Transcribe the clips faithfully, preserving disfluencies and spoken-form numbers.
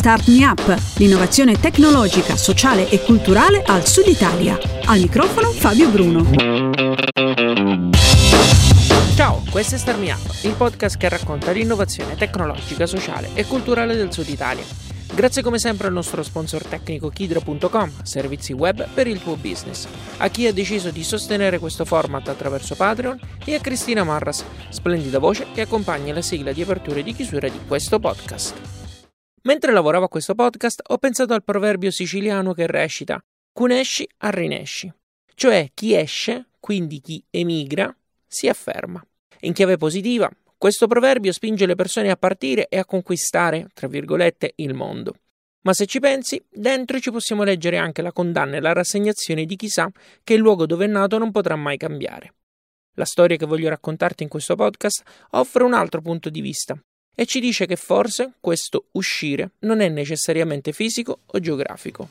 Start Me Up, l'innovazione tecnologica, sociale e culturale al Sud Italia. Al microfono Fabio Bruno. Ciao, questo è Start Me Up, il podcast che racconta l'innovazione tecnologica, sociale e culturale del Sud Italia. Grazie come sempre al nostro sponsor tecnico Kidra punto com, servizi web per il tuo business, a chi ha deciso di sostenere questo format attraverso Patreon e a Cristina Marras, splendida voce che accompagna la sigla di apertura e di chiusura di questo podcast. Mentre lavoravo a questo podcast ho pensato al proverbio siciliano che recita «Cunesci a rinesci», cioè chi esce, quindi chi emigra, si afferma. In chiave positiva, questo proverbio spinge le persone a partire e a conquistare, tra virgolette, il mondo. Ma se ci pensi, dentro ci possiamo leggere anche la condanna e la rassegnazione di chi sa che il luogo dove è nato non potrà mai cambiare. La storia che voglio raccontarti in questo podcast offre un altro punto di vista e ci dice che forse questo uscire non è necessariamente fisico o geografico.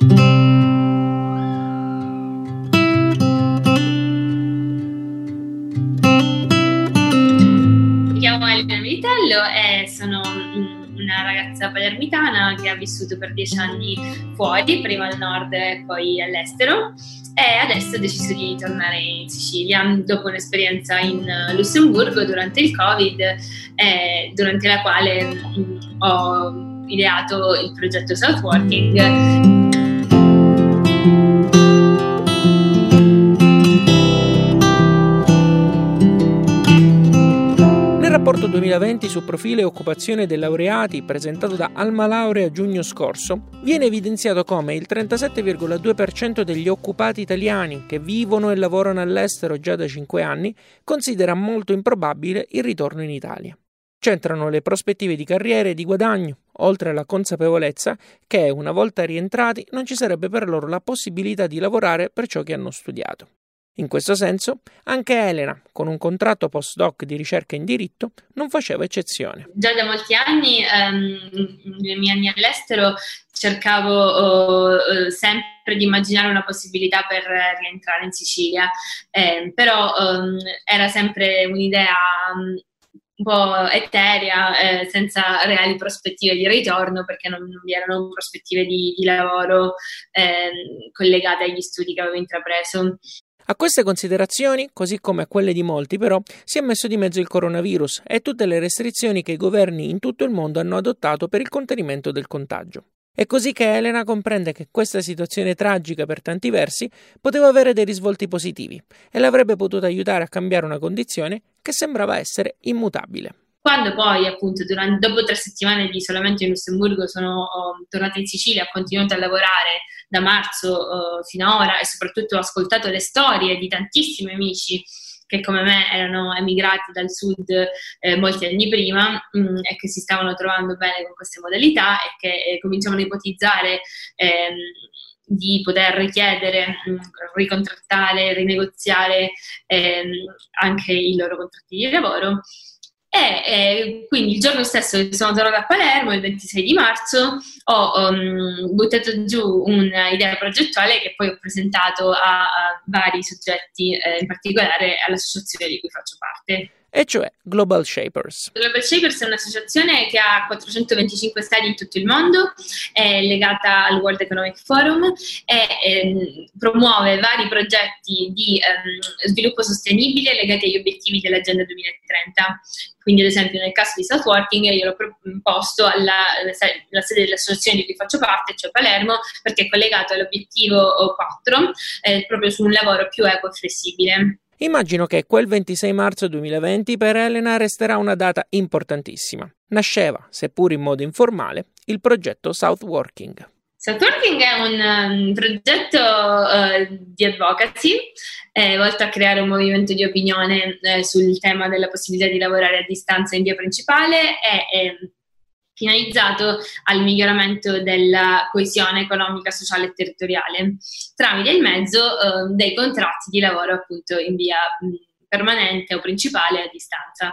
Mi chiamo Elena Militello e sono una ragazza palermitana che ha vissuto per dieci anni fuori, prima al nord e poi all'estero, e adesso ho deciso di tornare in Sicilia dopo un'esperienza in Lussemburgo durante il Covid, eh, durante la quale ho ideato il progetto Southworking. Nel rapporto duemilaventi su profilo e occupazione dei laureati presentato da Alma Laurea giugno scorso, viene evidenziato come il trentasette virgola due per cento degli occupati italiani che vivono e lavorano all'estero già da cinque anni considera molto improbabile il ritorno in Italia. C'entrano le prospettive di carriera e di guadagno, oltre alla consapevolezza che, una volta rientrati, non ci sarebbe per loro la possibilità di lavorare per ciò che hanno studiato. In questo senso, anche Elena, con un contratto postdoc di ricerca in diritto, non faceva eccezione. Già da molti anni, ehm, nei miei anni all'estero, cercavo oh, sempre di immaginare una possibilità per rientrare in Sicilia, eh, però ehm, era sempre un'idea um, un po' eterea, eh, senza reali prospettive di ritorno, perché non, non vi erano prospettive di, di lavoro eh, collegate agli studi che avevo intrapreso. A queste considerazioni, così come a quelle di molti però, si è messo di mezzo il coronavirus e tutte le restrizioni che i governi in tutto il mondo hanno adottato per il contenimento del contagio. È così che Elena comprende che questa situazione tragica per tanti versi poteva avere dei risvolti positivi e l'avrebbe potuto aiutare a cambiare una condizione che sembrava essere immutabile. Quando poi, appunto, durante, dopo tre settimane di isolamento in Lussemburgo sono oh, tornata in Sicilia, ho continuato a lavorare da marzo oh, fino ad ora e soprattutto ho ascoltato le storie di tantissimi amici che come me erano emigrati dal sud eh, molti anni prima mh, e che si stavano trovando bene con queste modalità e che eh, cominciavano a ipotizzare ehm, di poter richiedere, mh, ricontrattare, rinegoziare ehm, anche i loro contratti di lavoro. E eh, quindi il giorno stesso che sono tornata a Palermo, il ventisei di marzo, ho um, buttato giù un'idea progettuale che poi ho presentato a, a vari soggetti, eh, in particolare all'associazione di cui faccio parte. E cioè Global Shapers. Global Shapers è un'associazione che ha quattrocentoventicinque stadi in tutto il mondo, è legata al World Economic Forum e ehm, promuove vari progetti di ehm, sviluppo sostenibile legati agli obiettivi dell'Agenda duemilatrenta. Quindi, ad esempio, nel caso di Southworking io l'ho proposto alla, alla sede dell'associazione di cui faccio parte, cioè Palermo, perché è collegato all'obiettivo quattro, eh, proprio su un lavoro più equo e flessibile. Immagino che quel ventisei marzo duemilaventi per Elena resterà una data importantissima. Nasceva, seppur in modo informale, il progetto Southworking. Southworking è un um, progetto uh, di advocacy eh, volto a creare un movimento di opinione eh, sul tema della possibilità di lavorare a distanza in via principale e è finalizzato al miglioramento della coesione economica, sociale e territoriale tramite il mezzo uh, dei contratti di lavoro appunto in via mh, permanente o principale a distanza.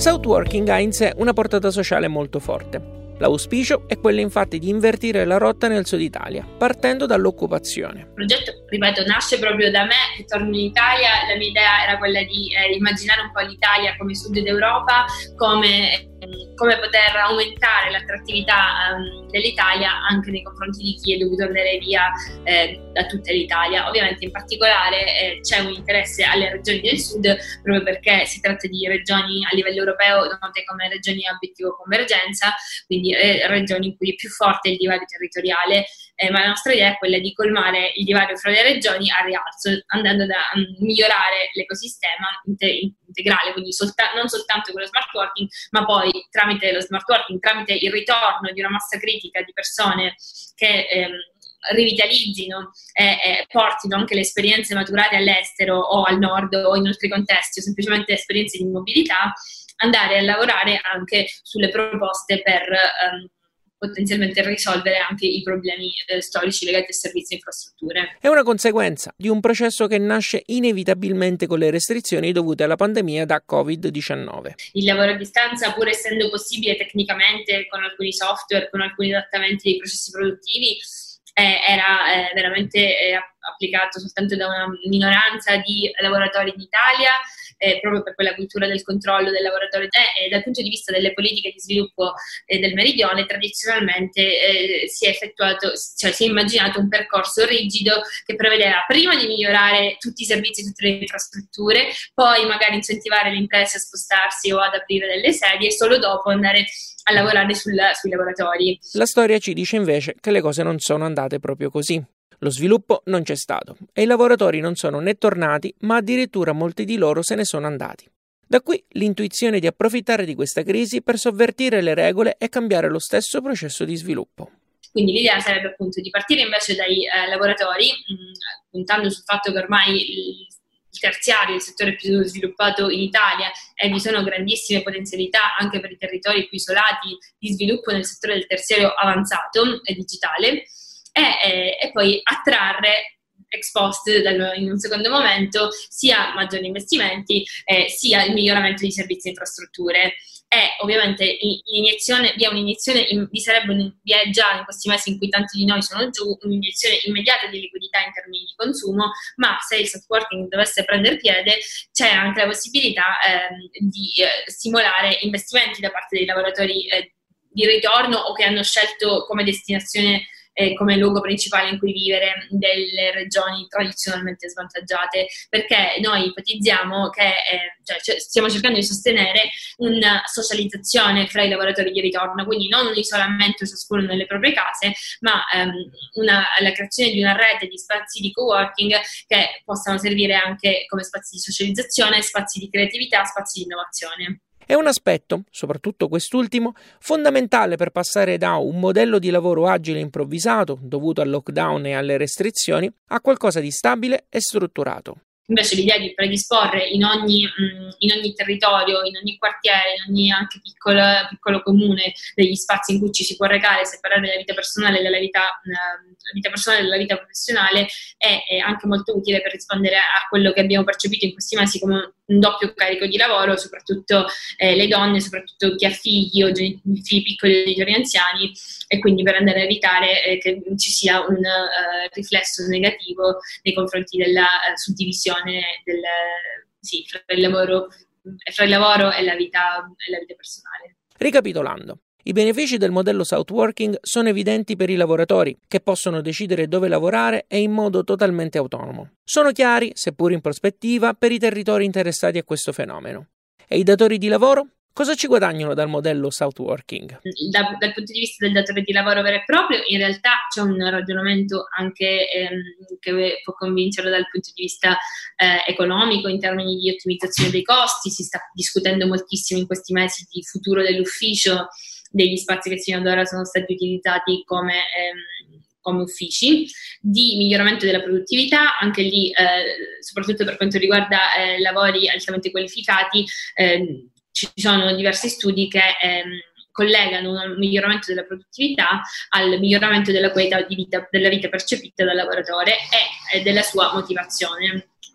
South Working ha in sé una portata sociale molto forte. L'auspicio è quello infatti di invertire la rotta nel sud Italia, partendo dall'occupazione. Il progetto, ripeto, nasce proprio da me che torno in Italia. La mia idea era quella di eh, immaginare un po' l'Italia come sud d'Europa, come come poter aumentare l'attrattività um, dell'Italia anche nei confronti di chi è dovuto andare via eh, da tutta l'Italia. Ovviamente in particolare eh, c'è un interesse alle regioni del sud, proprio perché si tratta di regioni a livello europeo note come regioni a obiettivo convergenza, quindi eh, regioni in cui è più forte il divario territoriale, eh, ma la nostra idea è quella di colmare il divario fra le regioni a rialzo, andando da um, migliorare l'ecosistema inte- integrale, quindi solta- non soltanto con lo smart working, ma poi tramite lo smart working, tramite il ritorno di una massa critica di persone che ehm, rivitalizzino e, e portino anche le esperienze maturate all'estero o al nord o in altri contesti o semplicemente esperienze di mobilità, andare a lavorare anche sulle proposte per ehm, potenzialmente risolvere anche i problemi eh, storici legati a servizi e infrastrutture. È una conseguenza di un processo che nasce inevitabilmente con le restrizioni dovute alla pandemia da covid diciannove. Il lavoro a distanza, pur essendo possibile tecnicamente con alcuni software, con alcuni adattamenti dei processi produttivi, eh, era eh, veramente eh, applicato soltanto da una minoranza di lavoratori in Italia, eh, proprio per quella cultura del controllo del lavoratore. Eh, e dal punto di vista delle politiche di sviluppo eh, del meridione, tradizionalmente eh, si è effettuato, cioè si è immaginato un percorso rigido che prevedeva prima di migliorare tutti i servizi, tutte le infrastrutture, poi magari incentivare le imprese a spostarsi o ad aprire delle sedi e solo dopo andare a lavorare sul, sui lavoratori. La storia ci dice invece che le cose non sono andate proprio così. Lo sviluppo non c'è stato e i lavoratori non sono né tornati, ma addirittura molti di loro se ne sono andati. Da qui l'intuizione di approfittare di questa crisi per sovvertire le regole e cambiare lo stesso processo di sviluppo. Quindi l'idea sarebbe appunto di partire invece dai eh, lavoratori, mh, puntando sul fatto che ormai il il terziario, il settore più sviluppato in Italia, e vi sono grandissime potenzialità anche per i territori più isolati di sviluppo nel settore del terziario avanzato e digitale, e, e, e poi attrarre ex post in un secondo momento sia maggiori investimenti eh, sia il miglioramento di servizi e infrastrutture. E ovviamente l'iniezione, vi è un'iniezione, vi sarebbe un, vi è già in questi mesi in cui tanti di noi sono giù, un'iniezione immediata di liquidità in termini di consumo, ma se il soft working dovesse prendere piede c'è anche la possibilità eh, di eh, stimolare investimenti da parte dei lavoratori eh, di ritorno o che hanno scelto come destinazione eh, come luogo principale in cui vivere delle regioni tradizionalmente svantaggiate, perché noi ipotizziamo che eh, cioè, cioè, stiamo cercando di sostenere una socializzazione fra i lavoratori di ritorno, quindi non un isolamento ciascuno nelle proprie case, ma ehm, una, la creazione di una rete di spazi di coworking che possano servire anche come spazi di socializzazione, spazi di creatività, spazi di innovazione. È un aspetto, soprattutto quest'ultimo, fondamentale per passare da un modello di lavoro agile e improvvisato, dovuto al lockdown e alle restrizioni, a qualcosa di stabile e strutturato. Invece l'idea di predisporre in ogni, mh, in ogni territorio, in ogni quartiere, in ogni anche piccolo, piccolo comune degli spazi in cui ci si può recare, separare la vita personale dalla vita, uh, la vita personale dalla vita professionale è, è anche molto utile per rispondere a quello che abbiamo percepito in questi mesi come un doppio carico di lavoro, soprattutto eh, le donne, soprattutto chi ha figli o geni- figli piccoli o genitori anziani, e quindi per andare a evitare eh, che ci sia un uh, riflesso negativo nei confronti della uh, suddivisione del, sì, fra il lavoro, fra il lavoro e la vita, e la vita personale. Ricapitolando, i benefici del modello South Working sono evidenti per i lavoratori, che possono decidere dove lavorare e in modo totalmente autonomo. Sono chiari, seppur in prospettiva, per i territori interessati a questo fenomeno. E i datori di lavoro? Cosa ci guadagnano dal modello South Working? Da, dal punto di vista del datore di lavoro vero e proprio, in realtà c'è un ragionamento anche ehm, che può convincerlo dal punto di vista eh, economico, in termini di ottimizzazione dei costi. Si sta discutendo moltissimo in questi mesi di futuro dell'ufficio, degli spazi che fino ad ora sono stati utilizzati come, ehm, come uffici, di miglioramento della produttività, anche lì eh, soprattutto per quanto riguarda eh, lavori altamente qualificati. Eh, ci sono diversi studi che ehm, collegano un miglioramento della produttività al miglioramento della qualità di vita, della vita percepita dal lavoratore e, e della sua motivazione.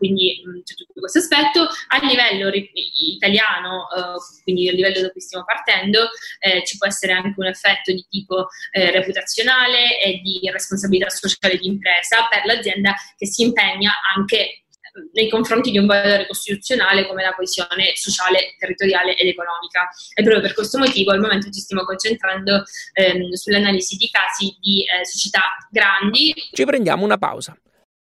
quindi mh, c'è tutto questo aspetto. A livello ri- italiano, eh, quindi a livello da cui stiamo partendo, eh, ci può essere anche un effetto di tipo eh, reputazionale e di responsabilità sociale di impresa per l'azienda che si impegna anche nei confronti di un valore costituzionale come la coesione sociale, territoriale ed economica. E proprio per questo motivo al momento ci stiamo concentrando ehm, sull'analisi di casi di eh, società grandi. Ci prendiamo una pausa.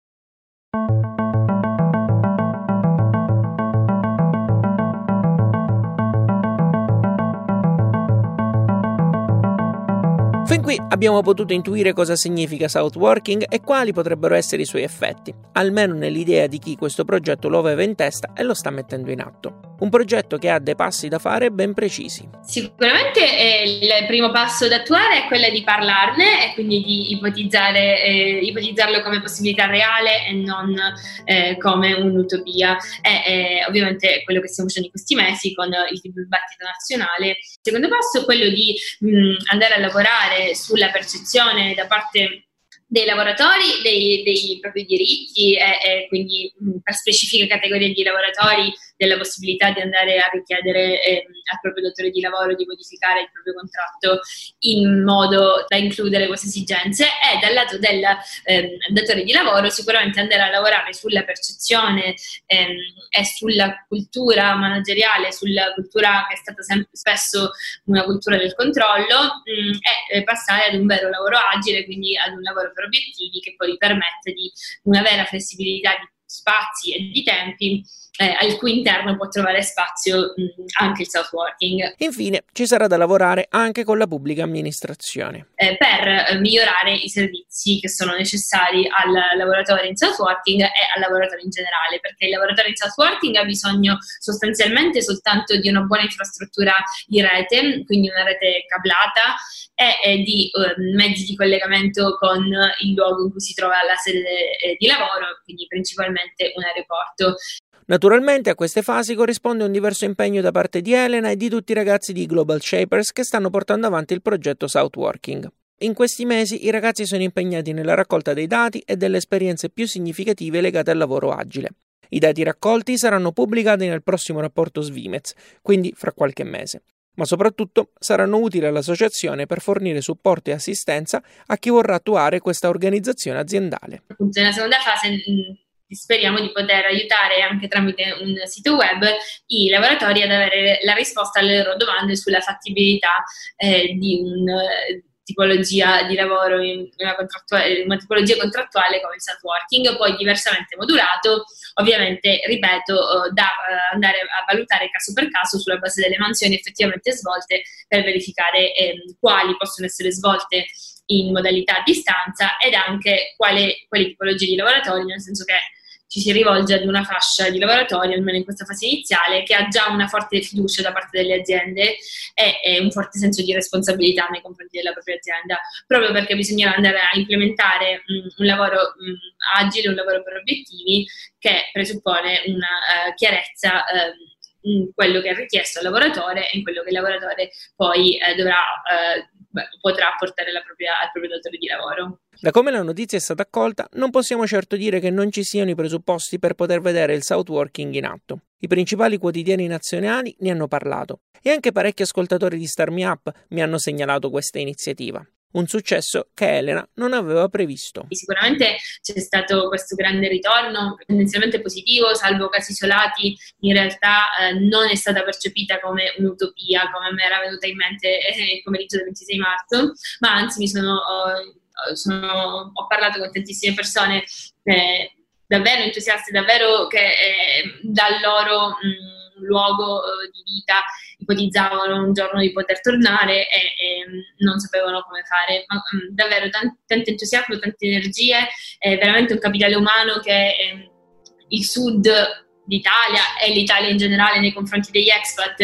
Fin qui abbiamo potuto intuire cosa significa Southworking e quali potrebbero essere i suoi effetti, almeno nell'idea di chi questo progetto lo aveva in testa e lo sta mettendo in atto. Un progetto che ha dei passi da fare ben precisi. Sicuramente eh, il primo passo da attuare è quello di parlarne e quindi di ipotizzare, eh, ipotizzarlo come possibilità reale e non eh, come un'utopia. E eh, ovviamente quello che stiamo facendo in questi mesi con il dibattito nazionale. Il secondo passo è quello di mh, andare a lavorare sulla percezione da parte dei lavoratori dei, dei propri diritti e, e quindi mh, per specifiche categorie di lavoratori della possibilità di andare a richiedere eh, al proprio datore di lavoro di modificare il proprio contratto in modo da includere queste esigenze, e dal lato del eh, datore di lavoro sicuramente andare a lavorare sulla percezione ehm, e sulla cultura manageriale, sulla cultura che è stata sempre spesso una cultura del controllo mh, e eh, passare ad un vero lavoro agile, quindi ad un lavoro per obiettivi che poi permette di una vera flessibilità di spazi e di tempi eh, al cui interno può trovare spazio mh, anche il Southworking. Infine ci sarà da lavorare anche con la pubblica amministrazione eh, per eh, migliorare i servizi che sono necessari al lavoratore in Southworking e al lavoratore in generale, perché il lavoratore in Southworking ha bisogno sostanzialmente soltanto di una buona infrastruttura di rete, quindi una rete cablata e, e di eh, mezzi di collegamento con il luogo in cui si trova la sede eh, di lavoro, quindi principalmente un aeroporto. Naturalmente a queste fasi corrisponde un diverso impegno da parte di Elena e di tutti i ragazzi di Global Shapers che stanno portando avanti il progetto Southworking. In questi mesi i ragazzi sono impegnati nella raccolta dei dati e delle esperienze più significative legate al lavoro agile. I dati raccolti saranno pubblicati nel prossimo rapporto Svimez, quindi fra qualche mese. Ma soprattutto saranno utili all'associazione per fornire supporto e assistenza a chi vorrà attuare questa organizzazione aziendale. Nella seconda fase mh, speriamo di poter aiutare anche tramite un sito web i lavoratori ad avere la risposta alle loro domande sulla fattibilità eh, di una tipologia di lavoro in una, contrattuale, una tipologia contrattuale come il Southworking, poi diversamente modulato, ovviamente, ripeto, da andare a valutare caso per caso sulla base delle mansioni effettivamente svolte per verificare eh, quali possono essere svolte in modalità a distanza ed anche quale, quali tipologie di lavoratori, nel senso che ci si rivolge ad una fascia di lavoratori, almeno in questa fase iniziale, che ha già una forte fiducia da parte delle aziende e, e un forte senso di responsabilità nei confronti della propria azienda, proprio perché bisognerà andare a implementare mh, un lavoro mh, agile, un lavoro per obiettivi che presuppone una uh, chiarezza uh, in quello che è richiesto al lavoratore e in quello che il lavoratore poi uh, dovrà uh, beh, potrà portare la propria, al proprio datore di lavoro. Da come la notizia è stata accolta, non possiamo certo dire che non ci siano i presupposti per poter vedere il Southworking in atto. I principali quotidiani nazionali ne hanno parlato e anche parecchi ascoltatori di Start Me Up mi hanno segnalato questa iniziativa. Un successo che Elena non aveva previsto. Sicuramente c'è stato questo grande ritorno, tendenzialmente positivo, salvo casi isolati, in realtà eh, non è stata percepita come un'utopia, come mi era venuta in mente eh, il pomeriggio del ventisei marzo, ma anzi mi sono... Oh, Sono, ho parlato con tantissime persone eh, davvero entusiaste, davvero che eh, dal loro mh, luogo eh, di vita ipotizzavano un giorno di poter tornare e, e non sapevano come fare. Ma, mh, davvero tanto, tanto entusiasmo, tante energie, è veramente un capitale umano che eh, il sud d'Italia e l'Italia in generale nei confronti degli expat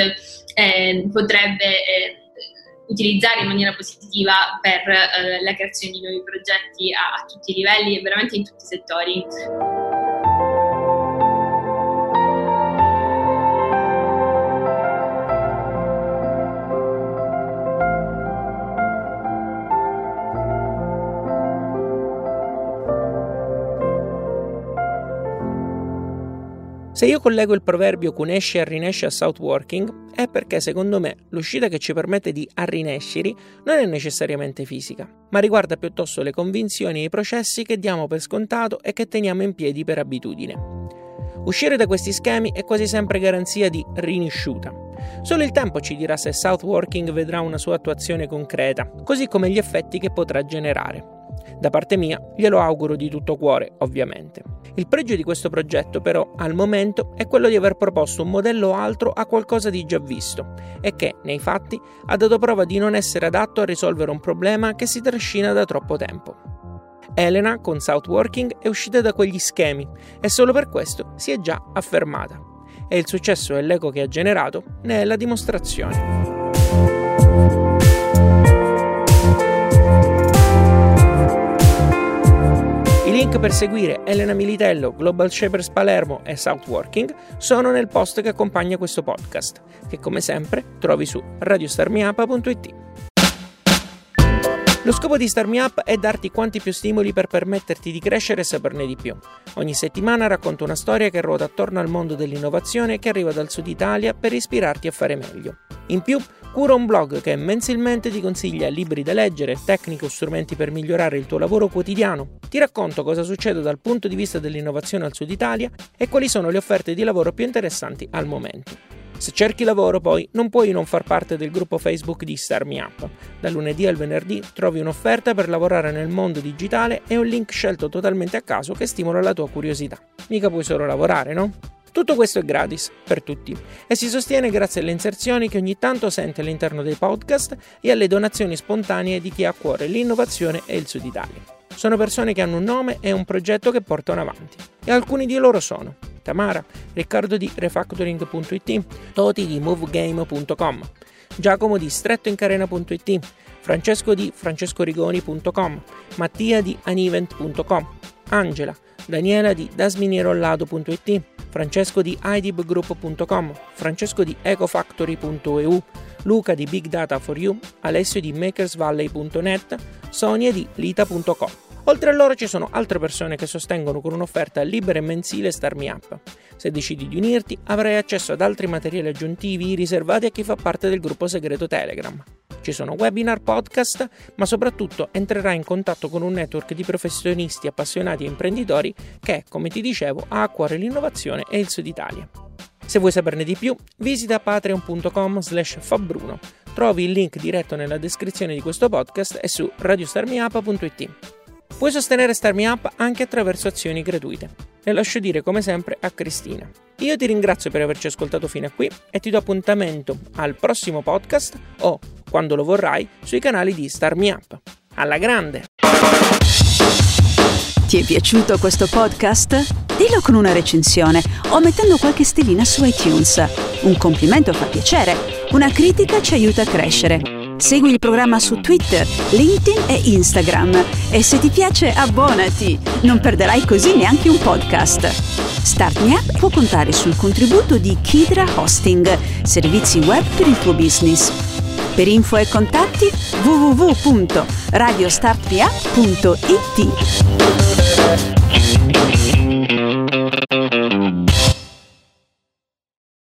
eh, potrebbe eh, utilizzare in maniera positiva per eh, la creazione di nuovi progetti a, a tutti i livelli e veramente in tutti i settori. Se io collego il proverbio "Cun esce arrinesce a Southworking" è perché secondo me l'uscita che ci permette di arrinescere non è necessariamente fisica, ma riguarda piuttosto le convinzioni e i processi che diamo per scontato e che teniamo in piedi per abitudine. Uscire da questi schemi è quasi sempre garanzia di rinisciuta. Solo il tempo ci dirà se Southworking vedrà una sua attuazione concreta, così come gli effetti che potrà generare. Da parte mia glielo auguro di tutto cuore, ovviamente. Il pregio di questo progetto, però, al momento è quello di aver proposto un modello altro a qualcosa di già visto e che, nei fatti, ha dato prova di non essere adatto a risolvere un problema che si trascina da troppo tempo. Elena, con Southworking, è uscita da quegli schemi e solo per questo si è già affermata. E il successo e l'eco che ha generato ne è la dimostrazione. I link per seguire Elena Militello, Global Shapers Palermo e Southworking sono nel post che accompagna questo podcast, che come sempre trovi su radio star me up punto it. Lo scopo di Start Me Up è darti quanti più stimoli per permetterti di crescere e saperne di più. Ogni settimana racconto una storia che ruota attorno al mondo dell'innovazione che arriva dal sud Italia per ispirarti a fare meglio. In più, curo un blog che mensilmente ti consiglia libri da leggere, tecniche o strumenti per migliorare il tuo lavoro quotidiano. Ti racconto cosa succede dal punto di vista dell'innovazione al sud Italia e quali sono le offerte di lavoro più interessanti al momento. Se cerchi lavoro, poi, non puoi non far parte del gruppo Facebook di Start Me Up. Dal lunedì al venerdì trovi un'offerta per lavorare nel mondo digitale e un link scelto totalmente a caso che stimola la tua curiosità. Mica puoi solo lavorare, no? Tutto questo è gratis, per tutti, e si sostiene grazie alle inserzioni che ogni tanto senti all'interno dei podcast e alle donazioni spontanee di chi ha a cuore l'innovazione e il Sud Italia. Sono persone che hanno un nome e un progetto che portano avanti, e alcuni di loro sono Tamara, Riccardo di refactoring punto it, Toti di movegame punto com, Giacomo di strettoincarena punto it, Francesco di francescorigoni punto com, Mattia di anivent punto com, Angela, Daniela di dasminierolado punto it, Francesco di idibgroup punto com, Francesco di ecofactory punto e u, Luca di big data for you, Alessio di makersvalley punto net, Sonia di lita punto com. Oltre a loro ci sono altre persone che sostengono con un'offerta libera e mensile Start Me Up. Se decidi di unirti, avrai accesso ad altri materiali aggiuntivi riservati a chi fa parte del gruppo segreto Telegram. Ci sono webinar, podcast, ma soprattutto entrerai in contatto con un network di professionisti, appassionati e imprenditori che, come ti dicevo, ha a cuore l'innovazione e il Sud Italia. Se vuoi saperne di più, visita patreon punto com slash fabbruno. Trovi il link diretto nella descrizione di questo podcast e su radio star me up punto it. Puoi sostenere Start Me Up anche attraverso azioni gratuite. Le lascio dire come sempre a Cristina. Io ti ringrazio per averci ascoltato fino a qui e ti do appuntamento al prossimo podcast o, quando lo vorrai, sui canali di Start Me Up. Alla grande! Ti è piaciuto questo podcast? Dillo con una recensione o mettendo qualche stellina su iTunes. Un complimento fa piacere, una critica ci aiuta a crescere. Segui il programma su Twitter, LinkedIn e Instagram e se ti piace abbonati, non perderai così neanche un podcast. Start Me Up può contare sul contributo di Kidra Hosting, servizi web per il tuo business. Per info e contatti w w w punto radio start me up punto it.